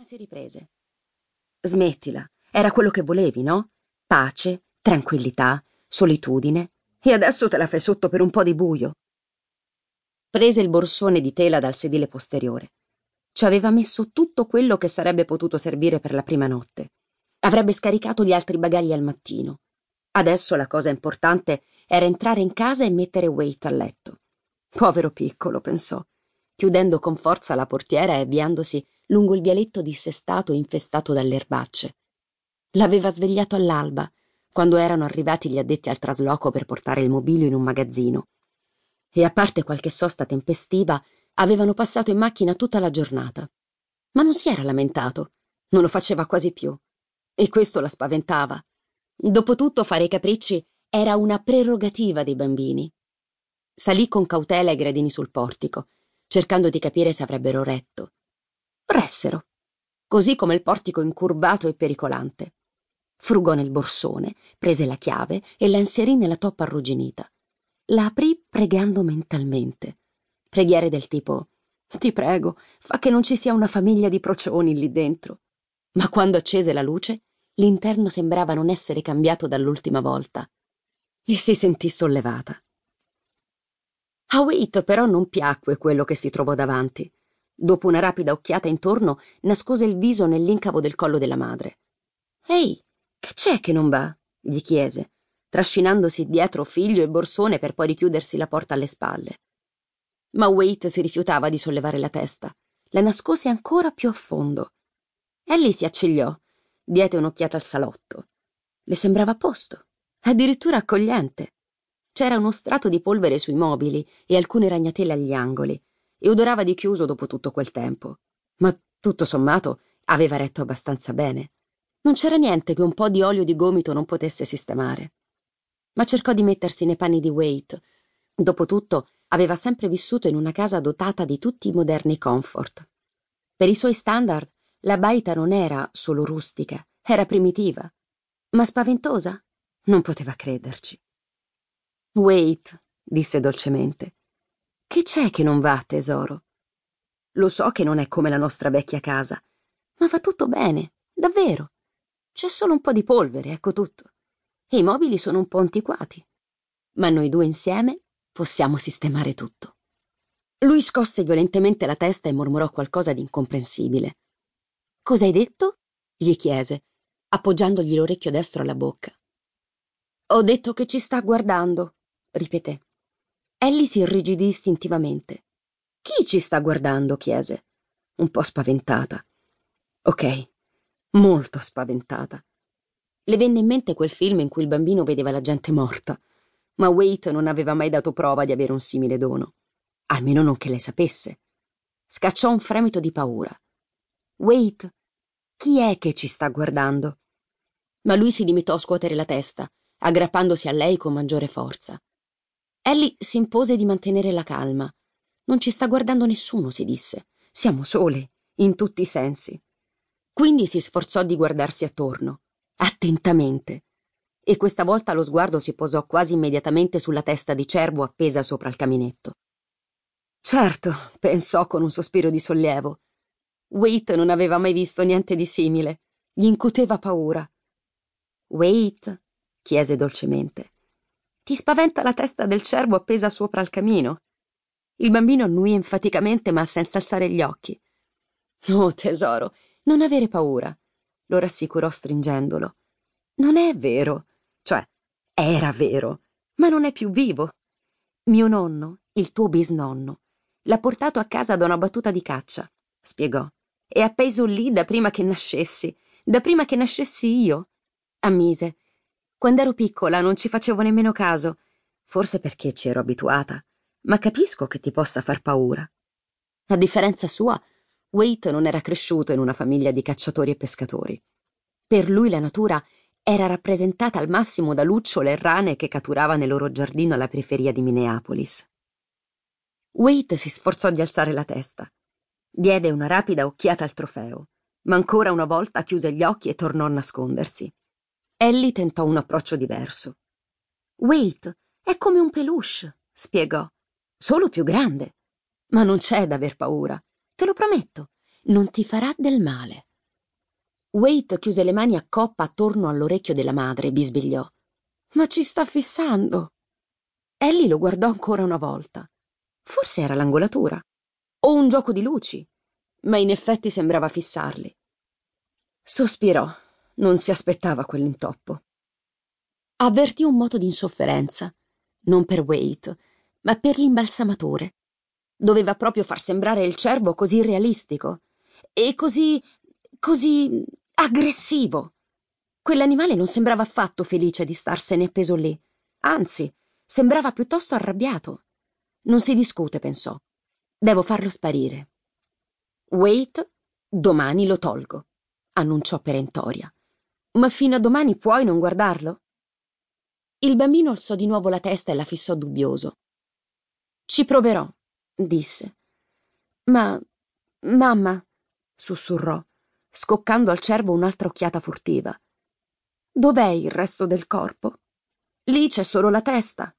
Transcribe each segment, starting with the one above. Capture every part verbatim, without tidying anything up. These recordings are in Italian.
si riprese. Smettila, era quello che volevi, no? Pace, tranquillità, solitudine, e adesso te la fai sotto per un po' di buio. Prese il borsone di tela dal sedile posteriore. Ci aveva messo tutto quello che sarebbe potuto servire per la prima notte. Avrebbe scaricato gli altri bagagli al mattino. Adesso la cosa importante era entrare in casa e mettere Wade a letto. Povero piccolo, pensò, chiudendo con forza la portiera e avviandosi lungo il vialetto dissestato e infestato dalle erbacce. L'aveva svegliato all'alba, quando erano arrivati gli addetti al trasloco per portare il mobilio in un magazzino. E a parte qualche sosta tempestiva, avevano passato in macchina tutta la giornata. Ma non si era lamentato, non lo faceva quasi più. E questo la spaventava. Dopotutto fare i capricci era una prerogativa dei bambini. Salì con cautela i gradini sul portico, cercando di capire se avrebbero retto. Ressero, così come il portico incurvato e pericolante. Frugò nel borsone, prese la chiave e la inserì nella toppa arrugginita. La aprì pregando mentalmente. Preghiere del tipo: «Ti prego, fa che non ci sia una famiglia di procioni lì dentro». Ma quando accese la luce, l'interno sembrava non essere cambiato dall'ultima volta. E si sentì sollevata. A Wade però non piacque quello che si trovò davanti. Dopo una rapida occhiata intorno, nascose il viso nell'incavo del collo della madre. «Ehi, che c'è che non va?» gli chiese, trascinandosi dietro figlio e borsone per poi richiudersi la porta alle spalle. Ma Wade si rifiutava di sollevare la testa. La nascose ancora più a fondo. Ellie si accigliò, diede un'occhiata al salotto. Le sembrava a posto, addirittura accogliente. C'era uno strato di polvere sui mobili e alcune ragnatele agli angoli, e odorava di chiuso dopo tutto quel tempo. Ma tutto sommato aveva retto abbastanza bene. Non c'era niente che un po' di olio di gomito non potesse sistemare. Ma cercò di mettersi nei panni di Wade. Dopotutto aveva sempre vissuto in una casa dotata di tutti i moderni comfort. Per i suoi standard la baita non era solo rustica, era primitiva. Ma spaventosa? Non poteva crederci. «Wade», disse dolcemente, «che c'è che non va, tesoro? Lo so che non è come la nostra vecchia casa, ma va tutto bene, davvero. C'è solo un po' di polvere, ecco tutto. E i mobili sono un po' antiquati. Ma noi due insieme possiamo sistemare tutto». Lui scosse violentemente la testa e mormorò qualcosa di incomprensibile. «Cosa hai detto?» gli chiese, appoggiandogli l'orecchio destro alla bocca. «Ho detto che ci sta guardando», ripeté. Ellie si irrigidì istintivamente. «Chi ci sta guardando?» chiese, un po' spaventata. Ok, molto spaventata. Le venne in mente quel film in cui il bambino vedeva la gente morta, ma Wade non aveva mai dato prova di avere un simile dono, almeno non che lei sapesse. Scacciò un fremito di paura. «Wade, chi è che ci sta guardando?» Ma lui si limitò a scuotere la testa, aggrappandosi a lei con maggiore forza. Ellie si impose di mantenere la calma. «Non ci sta guardando nessuno», si disse. «Siamo soli, in tutti i sensi». Quindi si sforzò di guardarsi attorno, attentamente. E questa volta lo sguardo si posò quasi immediatamente sulla testa di cervo appesa sopra il caminetto. «Certo», pensò con un sospiro di sollievo. Wade non aveva mai visto niente di simile. Gli incuteva paura. «Wade», chiese dolcemente, «ti spaventa la testa del cervo appesa sopra il camino?» Il bambino annuì enfaticamente, ma senza alzare gli occhi. «Oh, tesoro, non avere paura», lo rassicurò stringendolo. «Non è vero. Cioè, era vero, ma non è più vivo. Mio nonno, il tuo bisnonno, l'ha portato a casa da una battuta di caccia», spiegò. «È appeso lì da prima che nascessi, da prima che nascessi io». Ammise. «Quando ero piccola non ci facevo nemmeno caso, forse perché ci ero abituata, ma capisco che ti possa far paura». A differenza sua, Wade non era cresciuto in una famiglia di cacciatori e pescatori. Per lui la natura era rappresentata al massimo da lucciole e rane che catturava nel loro giardino alla periferia di Minneapolis. Wade si sforzò di alzare la testa. Diede una rapida occhiata al trofeo, ma ancora una volta chiuse gli occhi e tornò a nascondersi. Ellie tentò un approccio diverso. «Wade è come un peluche», spiegò, «solo più grande. Ma non c'è da aver paura, te lo prometto, non ti farà del male». Wade chiuse le mani a coppa attorno all'orecchio della madre e bisbigliò: «Ma ci sta fissando!» Ellie lo guardò ancora una volta. Forse era l'angolatura o un gioco di luci, ma in effetti sembrava fissarli. Sospirò, non si aspettava quell'intoppo. Avvertì un moto di insofferenza, non per Wade, ma per l'imbalsamatore. Doveva proprio far sembrare il cervo così realistico e così, così aggressivo. Quell'animale non sembrava affatto felice di starsene appeso lì, anzi, sembrava piuttosto arrabbiato. Non si discute, pensò. Devo farlo sparire. Wait, domani lo tolgo, annunciò perentoria. Ma fino a domani puoi non guardarlo? Il bambino alzò di nuovo la testa e la fissò dubbioso. Ci proverò, disse. Ma, mamma, sussurrò, scoccando al cervo un'altra occhiata furtiva. Dov'è il resto del corpo? Lì c'è solo la testa.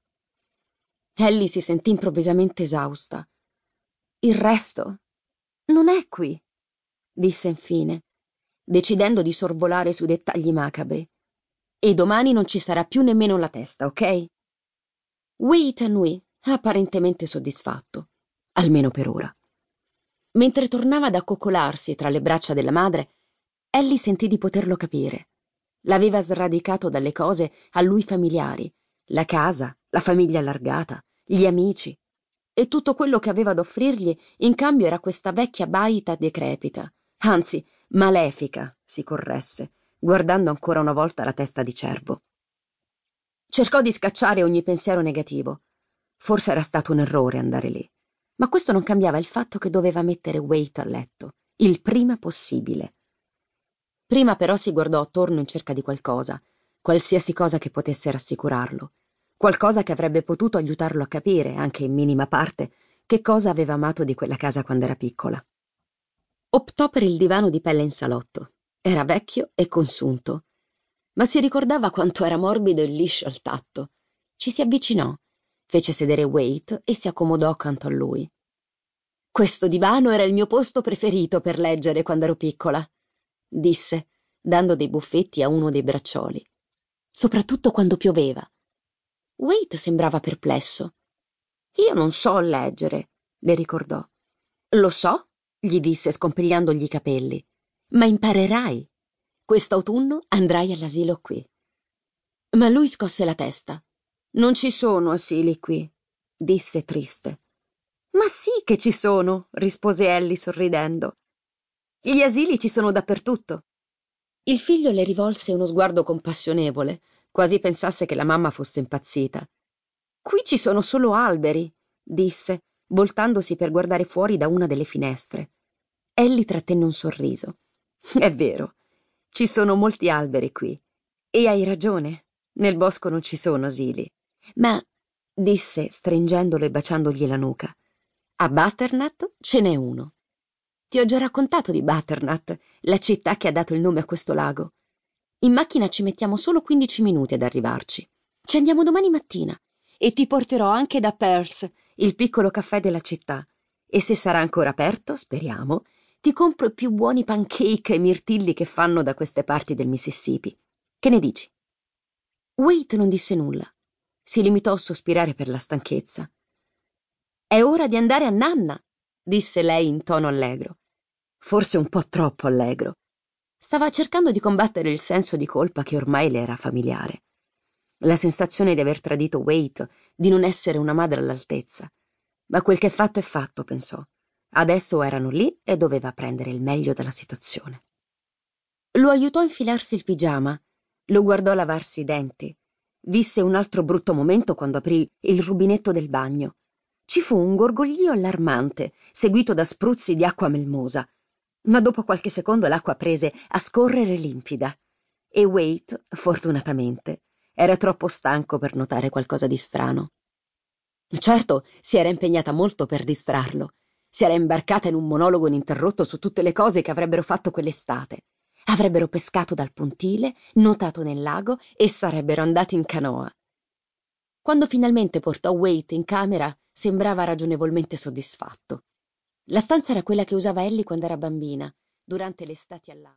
Ellie si sentì improvvisamente esausta. Il resto non è qui, disse infine, decidendo di sorvolare sui dettagli macabri. E domani non ci sarà più nemmeno la testa, ok? Wait annui, apparentemente soddisfatto, almeno per ora. Mentre tornava ad accoccolarsi tra le braccia della madre, Ellie sentì di poterlo capire. L'aveva sradicato dalle cose a lui familiari, la casa, la famiglia allargata, gli amici, e tutto quello che aveva da offrirgli in cambio era questa vecchia baita decrepita, anzi malefica, si corresse, guardando ancora una volta la testa di cervo. Cercò di scacciare ogni pensiero negativo. Forse era stato un errore andare lì, ma questo non cambiava il fatto che doveva mettere Wade a letto, il prima possibile. Prima però si guardò attorno in cerca di qualcosa, qualsiasi cosa che potesse rassicurarlo, qualcosa che avrebbe potuto aiutarlo a capire, anche in minima parte, che cosa aveva amato di quella casa quando era piccola. Optò per il divano di pelle in salotto. Era vecchio e consunto, ma si ricordava quanto era morbido e liscio al tatto. Ci si avvicinò, fece sedere Wade e si accomodò accanto a lui. «Questo divano era il mio posto preferito per leggere quando ero piccola», disse, dando dei buffetti a uno dei braccioli. «Soprattutto quando pioveva». Wade sembrava perplesso. «Io non so leggere», le ricordò. «Lo so», gli disse scompigliandogli i capelli, «ma imparerai. Quest'autunno andrai all'asilo qui». Ma lui scosse la testa. «Non ci sono asili qui», disse triste. «Ma sì che ci sono», rispose Ellie sorridendo. «Gli asili ci sono dappertutto». Il figlio le rivolse uno sguardo compassionevole, quasi pensasse che la mamma fosse impazzita. «Qui ci sono solo alberi», disse, voltandosi per guardare fuori da una delle finestre. Ellie trattenne un sorriso. «È vero, ci sono molti alberi qui. E hai ragione, nel bosco non ci sono asili. Ma», disse, stringendolo e baciandogli la nuca, «a Butternut ce n'è uno. Ti ho già raccontato di Butternut, la città che ha dato il nome a questo lago. In macchina ci mettiamo solo quindici minuti ad arrivarci. Ci andiamo domani mattina e ti porterò anche da Pearl's, il piccolo caffè della città. E se sarà ancora aperto, speriamo, ti compro i più buoni pancake e mirtilli che fanno da queste parti del Mississippi. Che ne dici?» Wade non disse nulla. Si limitò a sospirare per la stanchezza. «È ora di andare a Nanna», disse lei in tono allegro. Forse un po' troppo allegro. Stava cercando di combattere il senso di colpa che ormai le era familiare. La sensazione di aver tradito Wade, di non essere una madre all'altezza. Ma quel che è fatto è fatto, pensò. Adesso erano lì e doveva prendere il meglio della situazione. Lo aiutò a infilarsi il pigiama, lo guardò lavarsi i denti. Visse un altro brutto momento quando aprì il rubinetto del bagno. Ci fu un gorgoglio allarmante, seguito da spruzzi di acqua melmosa. Ma dopo qualche secondo l'acqua prese a scorrere limpida. E Wade, fortunatamente, era troppo stanco per notare qualcosa di strano. Certo, si era impegnata molto per distrarlo. Si era imbarcata in un monologo ininterrotto su tutte le cose che avrebbero fatto quell'estate. Avrebbero pescato dal pontile, nuotato nel lago e sarebbero andati in canoa. Quando finalmente portò Wade in camera, sembrava ragionevolmente soddisfatto. La stanza era quella che usava Ellie quando era bambina, durante le estati al lago.